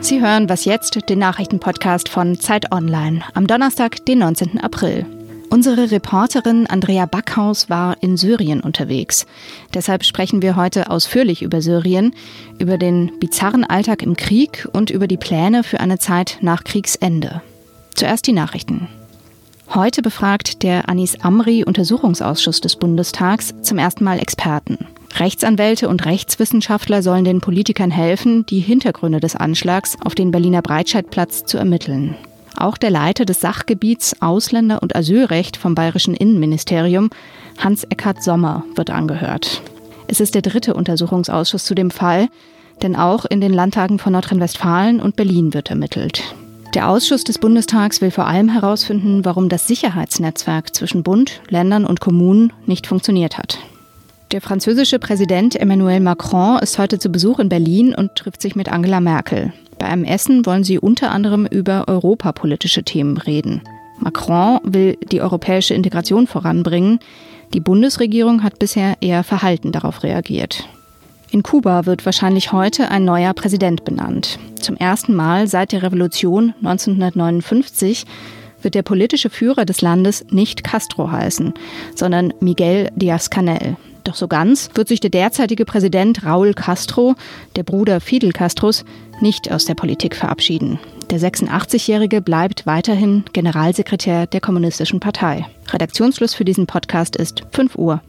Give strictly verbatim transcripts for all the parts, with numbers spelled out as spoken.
Sie hören Was jetzt?, den Nachrichtenpodcast von Zeit Online, am Donnerstag, den neunzehnten April. Unsere Reporterin Andrea Backhaus war in Syrien unterwegs. Deshalb sprechen wir heute ausführlich über Syrien, über den bizarren Alltag im Krieg und über die Pläne für eine Zeit nach Kriegsende. Zuerst die Nachrichten. Heute befragt der Anis Amri-Untersuchungsausschuss des Bundestags zum ersten Mal Experten. Rechtsanwälte und Rechtswissenschaftler sollen den Politikern helfen, die Hintergründe des Anschlags auf den Berliner Breitscheidplatz zu ermitteln. Auch der Leiter des Sachgebiets Ausländer- und Asylrecht vom Bayerischen Innenministerium, Hans-Eckhard Sommer, wird angehört. Es ist der dritte Untersuchungsausschuss zu dem Fall, denn auch in den Landtagen von Nordrhein-Westfalen und Berlin wird ermittelt. Der Ausschuss des Bundestags will vor allem herausfinden, warum das Sicherheitsnetzwerk zwischen Bund, Ländern und Kommunen nicht funktioniert hat. Der französische Präsident Emmanuel Macron ist heute zu Besuch in Berlin und trifft sich mit Angela Merkel. Bei einem Essen wollen sie unter anderem über europapolitische Themen reden. Macron will die europäische Integration voranbringen. Die Bundesregierung hat bisher eher verhalten darauf reagiert. In Kuba wird wahrscheinlich heute ein neuer Präsident benannt. Zum ersten Mal seit der Revolution neunzehnhundertneunundfünfzig wird der politische Führer des Landes nicht Castro heißen, sondern Miguel Díaz-Canel. Doch so ganz wird sich der derzeitige Präsident Raúl Castro, der Bruder Fidel Castros, nicht aus der Politik verabschieden. Der sechsundachtzigjährige bleibt weiterhin Generalsekretär der Kommunistischen Partei. Redaktionsschluss für diesen Podcast ist fünf Uhr.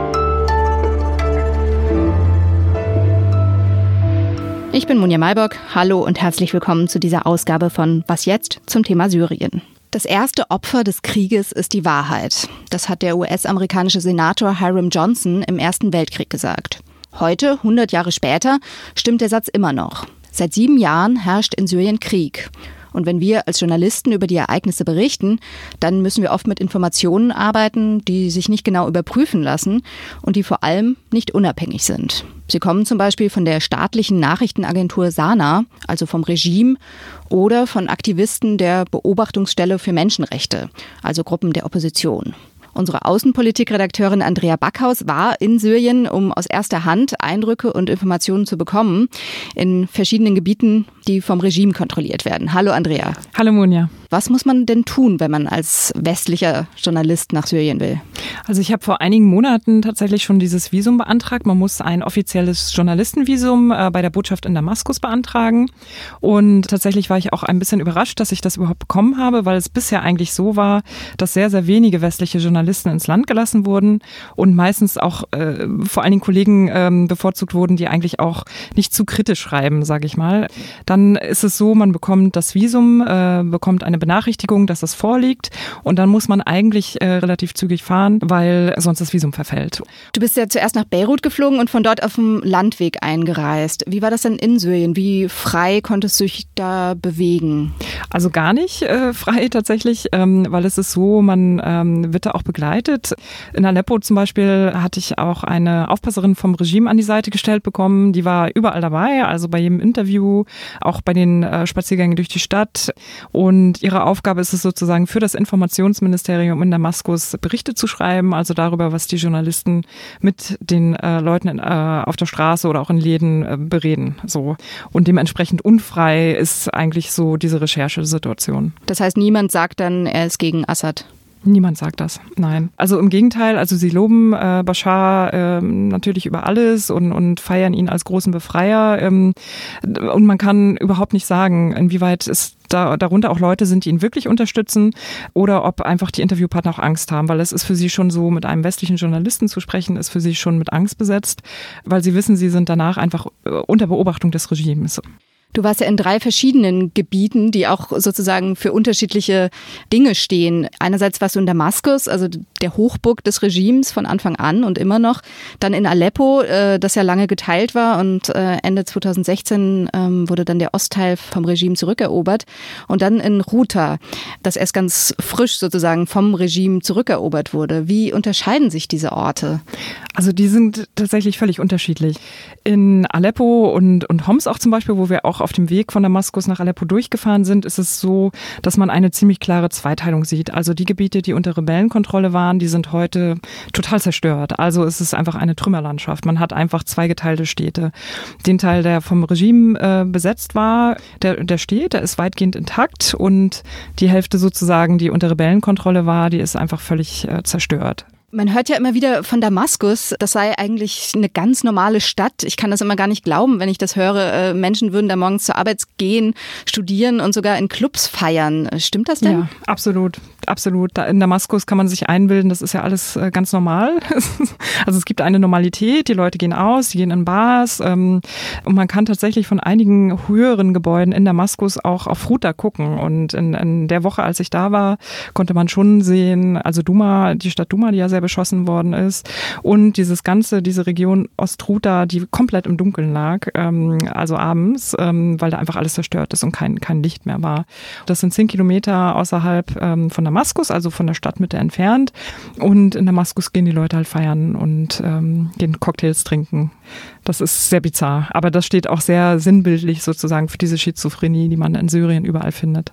Ich bin Munja Maybock. Hallo und herzlich willkommen zu dieser Ausgabe von Was jetzt? Zum Thema Syrien. Das erste Opfer des Krieges ist die Wahrheit. Das hat der U S-amerikanische Senator Hiram Johnson im Ersten Weltkrieg gesagt. Heute, hundert Jahre später, stimmt der Satz immer noch. Seit sieben Jahren herrscht in Syrien Krieg. Und wenn wir als Journalisten über die Ereignisse berichten, dann müssen wir oft mit Informationen arbeiten, die sich nicht genau überprüfen lassen und die vor allem nicht unabhängig sind. Sie kommen zum Beispiel von der staatlichen Nachrichtenagentur SANA, also vom Regime, oder von Aktivisten der Beobachtungsstelle für Menschenrechte, also Gruppen der Opposition. Unsere Außenpolitikredakteurin Andrea Backhaus war in Syrien, um aus erster Hand Eindrücke und Informationen zu bekommen, in verschiedenen Gebieten, die vom Regime kontrolliert werden. Hallo Andrea. Hallo Munja. Was muss man denn tun, wenn man als westlicher Journalist nach Syrien will? Also ich habe vor einigen Monaten tatsächlich schon dieses Visum beantragt. Man muss ein offizielles Journalistenvisum äh, bei der Botschaft in Damaskus beantragen. Und tatsächlich war ich auch ein bisschen überrascht, dass ich das überhaupt bekommen habe, weil es bisher eigentlich so war, dass sehr, sehr wenige westliche Journalisten ins Land gelassen wurden und meistens auch äh, vor allen Dingen Kollegen ähm, bevorzugt wurden, die eigentlich auch nicht zu kritisch schreiben, sage ich mal. Dann ist es so, man bekommt das Visum, äh, bekommt eine Benachrichtigung, dass das vorliegt und dann muss man eigentlich äh, relativ zügig fahren, weil sonst das Visum verfällt. Du bist ja zuerst nach Beirut geflogen und von dort auf dem Landweg eingereist. Wie war das denn in Syrien? Wie frei konntest du dich da bewegen? Also gar nicht äh, frei tatsächlich, ähm, weil es ist so, man ähm, wird da auch begleitet. In Aleppo zum Beispiel hatte ich auch eine Aufpasserin vom Regime an die Seite gestellt bekommen. Die war überall dabei, also bei jedem Interview, auch bei den äh, Spaziergängen durch die Stadt. Und ihre Aufgabe ist es sozusagen für das Informationsministerium in Damaskus Berichte zu schreiben, also darüber, was die Journalisten mit den äh, Leuten in, äh, auf der Straße oder auch in Läden äh, bereden. So. Und dementsprechend unfrei ist eigentlich so diese Recherchesituation. Das heißt, niemand sagt dann, er ist gegen Assad? Niemand sagt das, nein. Also im Gegenteil, also sie loben äh, Bashar äh, natürlich über alles und, und feiern ihn als großen Befreier. Ähm, und man kann überhaupt nicht sagen, inwieweit es da, darunter auch Leute sind, die ihn wirklich unterstützen oder ob einfach die Interviewpartner auch Angst haben, weil es ist für sie schon so, mit einem westlichen Journalisten zu sprechen, ist für sie schon mit Angst besetzt, weil sie wissen, sie sind danach einfach unter Beobachtung des Regimes. Du warst ja in drei verschiedenen Gebieten, die auch sozusagen für unterschiedliche Dinge stehen. Einerseits warst du in Damaskus, also der Hochburg des Regimes von Anfang an und immer noch. Dann in Aleppo, das ja lange geteilt war und Ende zweitausendsechzehn wurde dann der Ostteil vom Regime zurückerobert. Und dann in Ghouta, das erst ganz frisch sozusagen vom Regime zurückerobert wurde. Wie unterscheiden sich diese Orte? Also die sind tatsächlich völlig unterschiedlich. In Aleppo und, und Homs auch zum Beispiel, wo wir auch auch auf dem Weg von Damaskus nach Aleppo durchgefahren sind, ist es so, dass man eine ziemlich klare Zweiteilung sieht. Also die Gebiete, die unter Rebellenkontrolle waren, die sind heute total zerstört. Also es ist einfach eine Trümmerlandschaft. Man hat einfach zweigeteilte Städte. Den Teil, der vom Regime äh, besetzt war, der, der steht, der ist weitgehend intakt, und die Hälfte sozusagen, die unter Rebellenkontrolle war, die ist einfach völlig äh, zerstört. Man hört ja immer wieder von Damaskus, das sei eigentlich eine ganz normale Stadt. Ich kann das immer gar nicht glauben, wenn ich das höre. Menschen würden da morgens zur Arbeit gehen, studieren und sogar in Clubs feiern. Stimmt das denn? Ja, absolut. Absolut. In Damaskus kann man sich einbilden, das ist ja alles ganz normal. Also es gibt eine Normalität, die Leute gehen aus, die gehen in Bars, und man kann tatsächlich von einigen höheren Gebäuden in Damaskus auch auf Ghouta gucken. Und in, in der Woche, als ich da war, konnte man schon sehen, also Douma, die Stadt Douma, die ja sehr beschossen worden ist, und dieses ganze, diese Region Ost-Ghouta, die komplett im Dunkeln lag, also abends, weil da einfach alles zerstört ist und kein, kein Licht mehr war. Das sind zehn Kilometer außerhalb von Damaskus, also von der Stadtmitte entfernt, und in Damaskus gehen die Leute halt feiern und ähm, gehen Cocktails trinken. Das ist sehr bizarr, aber das steht auch sehr sinnbildlich sozusagen für diese Schizophrenie, die man in Syrien überall findet.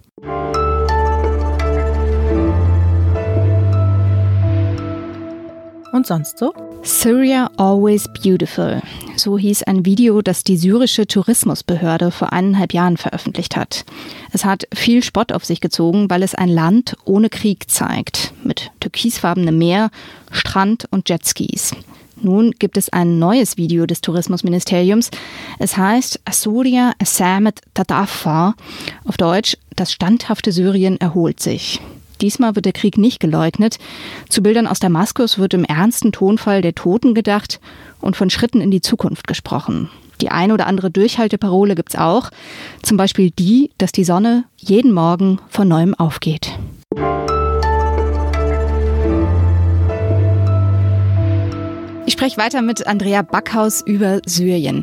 Und sonst so? Syria Always Beautiful. So hieß ein Video, das die syrische Tourismusbehörde vor eineinhalb Jahren veröffentlicht hat. Es hat viel Spott auf sich gezogen, weil es ein Land ohne Krieg zeigt. Mit türkisfarbenem Meer, Strand und Jetskis. Nun gibt es ein neues Video des Tourismusministeriums. Es heißt Syria Samet Tadafa. Auf Deutsch, das standhafte Syrien erholt sich. Diesmal wird der Krieg nicht geleugnet. Zu Bildern aus Damaskus wird im ernsten Tonfall der Toten gedacht und von Schritten in die Zukunft gesprochen. Die ein oder andere Durchhalteparole gibt's auch. Zum Beispiel die, dass die Sonne jeden Morgen von neuem aufgeht. Ich spreche weiter mit Andrea Backhaus über Syrien.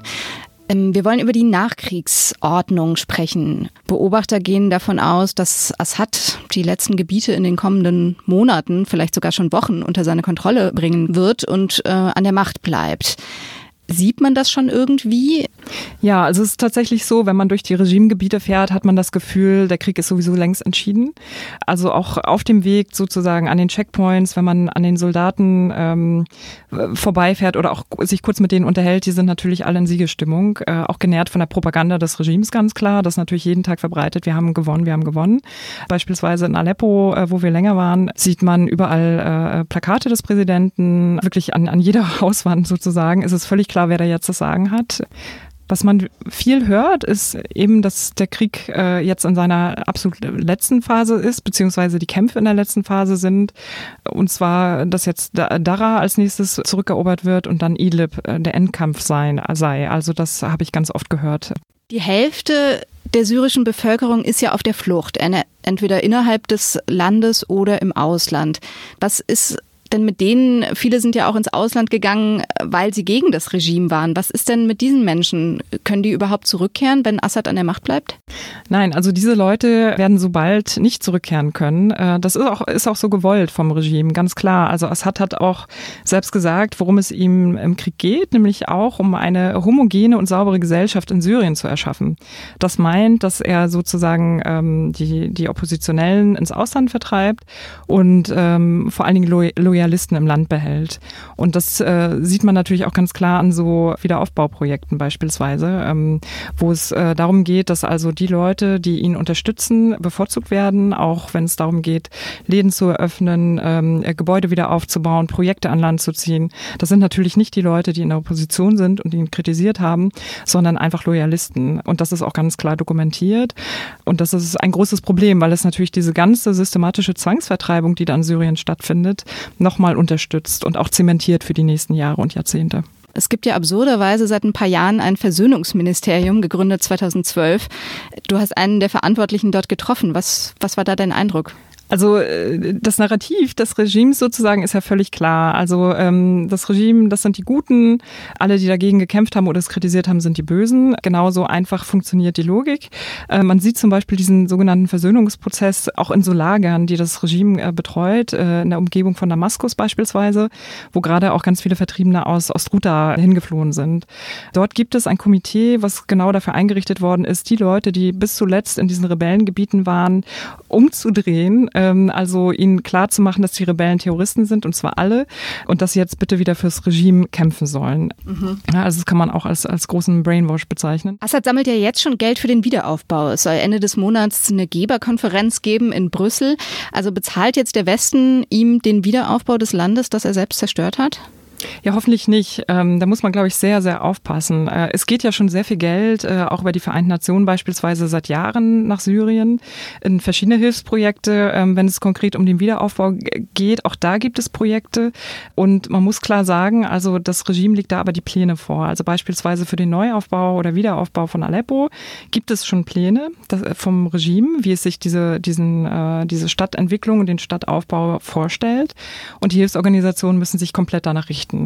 Wir wollen über die Nachkriegsordnung sprechen. Beobachter gehen davon aus, dass Assad die letzten Gebiete in den kommenden Monaten, vielleicht sogar schon Wochen, unter seine Kontrolle bringen wird und äh, an der Macht bleibt. Sieht man das schon irgendwie? Ja, also es ist tatsächlich so, wenn man durch die Regimegebiete fährt, hat man das Gefühl, der Krieg ist sowieso längst entschieden. Also auch auf dem Weg sozusagen an den Checkpoints, wenn man an den Soldaten ähm, vorbeifährt oder auch sich kurz mit denen unterhält, die sind natürlich alle in Siegestimmung, äh, auch genährt von der Propaganda des Regimes, ganz klar. Das ist natürlich jeden Tag verbreitet. Wir haben gewonnen, wir haben gewonnen. Beispielsweise in Aleppo, äh, wo wir länger waren, sieht man überall äh, Plakate des Präsidenten. Wirklich an, an jeder Hauswand sozusagen ist es völlig klar, wer da jetzt das Sagen hat. Was man viel hört, ist eben, dass der Krieg äh, jetzt in seiner absolut letzten Phase ist, beziehungsweise die Kämpfe in der letzten Phase sind. Und zwar, dass jetzt Daraa als nächstes zurückerobert wird und dann Idlib äh, der Endkampf sein, sei. Also das habe ich ganz oft gehört. Die Hälfte der syrischen Bevölkerung ist ja auf der Flucht, entweder innerhalb des Landes oder im Ausland. Was ist denn mit denen? Viele sind ja auch ins Ausland gegangen, weil sie gegen das Regime waren. Was ist denn mit diesen Menschen? Können die überhaupt zurückkehren, wenn Assad an der Macht bleibt? Nein, also diese Leute werden so bald nicht zurückkehren können. Das ist auch, ist auch so gewollt vom Regime, ganz klar. Also Assad hat auch selbst gesagt, worum es ihm im Krieg geht, nämlich auch um eine homogene und saubere Gesellschaft in Syrien zu erschaffen. Das meint, dass er sozusagen ähm, die, die Oppositionellen ins Ausland vertreibt und ähm, vor allen Dingen Lo- Loyalisten im Land behält. Und das äh, sieht man natürlich auch ganz klar an so Wiederaufbauprojekten beispielsweise, ähm, wo es äh, darum geht, dass also die Leute, die ihn unterstützen, bevorzugt werden, auch wenn es darum geht, Läden zu eröffnen, ähm, Gebäude wieder aufzubauen, Projekte an Land zu ziehen. Das sind natürlich nicht die Leute, die in der Opposition sind und ihn kritisiert haben, sondern einfach Loyalisten. Und das ist auch ganz klar dokumentiert. Und das ist ein großes Problem, weil es natürlich diese ganze systematische Zwangsvertreibung, die da in Syrien stattfindet, nochmal unterstützt und auch zementiert für die nächsten Jahre und Jahrzehnte. Es gibt ja absurderweise seit ein paar Jahren ein Versöhnungsministerium, gegründet zweitausendzwölf. Du hast einen der Verantwortlichen dort getroffen. Was, was war da dein Eindruck? Also das Narrativ des Regimes sozusagen ist ja völlig klar. Also ähm, das Regime, das sind die Guten, alle, die dagegen gekämpft haben oder es kritisiert haben, sind die Bösen. Genauso einfach funktioniert die Logik. Äh, man sieht zum Beispiel diesen sogenannten Versöhnungsprozess auch in so Lagern, die das Regime äh, betreut, äh, in der Umgebung von Damaskus beispielsweise, wo gerade auch ganz viele Vertriebene aus Ostruta hingeflohen sind. Dort gibt es ein Komitee, was genau dafür eingerichtet worden ist, die Leute, die bis zuletzt in diesen Rebellengebieten waren, umzudrehen, also ihnen klarzumachen, dass die Rebellen Terroristen sind, und zwar alle, und dass sie jetzt bitte wieder fürs Regime kämpfen sollen. Mhm. Ja, also das kann man auch als, als großen Brainwash bezeichnen. Assad sammelt ja jetzt schon Geld für den Wiederaufbau. Es soll Ende des Monats eine Geberkonferenz geben in Brüssel. Also bezahlt jetzt der Westen ihm den Wiederaufbau des Landes, das er selbst zerstört hat? Ja, hoffentlich nicht. Ähm, da muss man, glaube ich, sehr, sehr aufpassen. Äh, es geht ja schon sehr viel Geld, äh, auch über die Vereinten Nationen beispielsweise seit Jahren nach Syrien, in verschiedene Hilfsprojekte, ähm, wenn es konkret um den Wiederaufbau g- geht. Auch da gibt es Projekte. Und man muss klar sagen, also das Regime legt da aber die Pläne vor. Also beispielsweise für den Neuaufbau oder Wiederaufbau von Aleppo gibt es schon Pläne das, äh, vom Regime, wie es sich diese, diesen, äh, diese Stadtentwicklung und den Stadtaufbau vorstellt. Und die Hilfsorganisationen müssen sich komplett danach richten.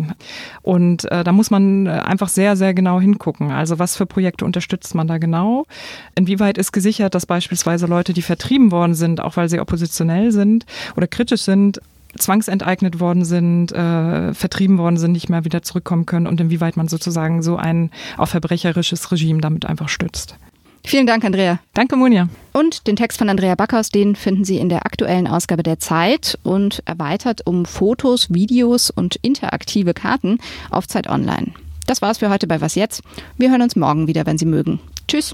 Und äh, da muss man einfach sehr, sehr genau hingucken. Also was für Projekte unterstützt man da genau? Inwieweit ist gesichert, dass beispielsweise Leute, die vertrieben worden sind, auch weil sie oppositionell sind oder kritisch sind, zwangsenteignet worden sind, äh, vertrieben worden sind, nicht mehr wieder zurückkommen können, und inwieweit man sozusagen so ein auch verbrecherisches Regime damit einfach stützt. Vielen Dank, Andrea. Danke, Monja. Und den Text von Andrea Backhaus, den finden Sie in der aktuellen Ausgabe der Zeit und erweitert um Fotos, Videos und interaktive Karten auf Zeit Online. Das war's für heute bei Was Jetzt? Wir hören uns morgen wieder, wenn Sie mögen. Tschüss.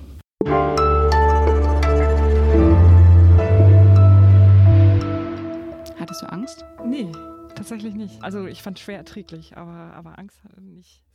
Hattest du Angst? Nee, tatsächlich nicht. Also ich fand es schwer erträglich, aber, aber Angst nicht.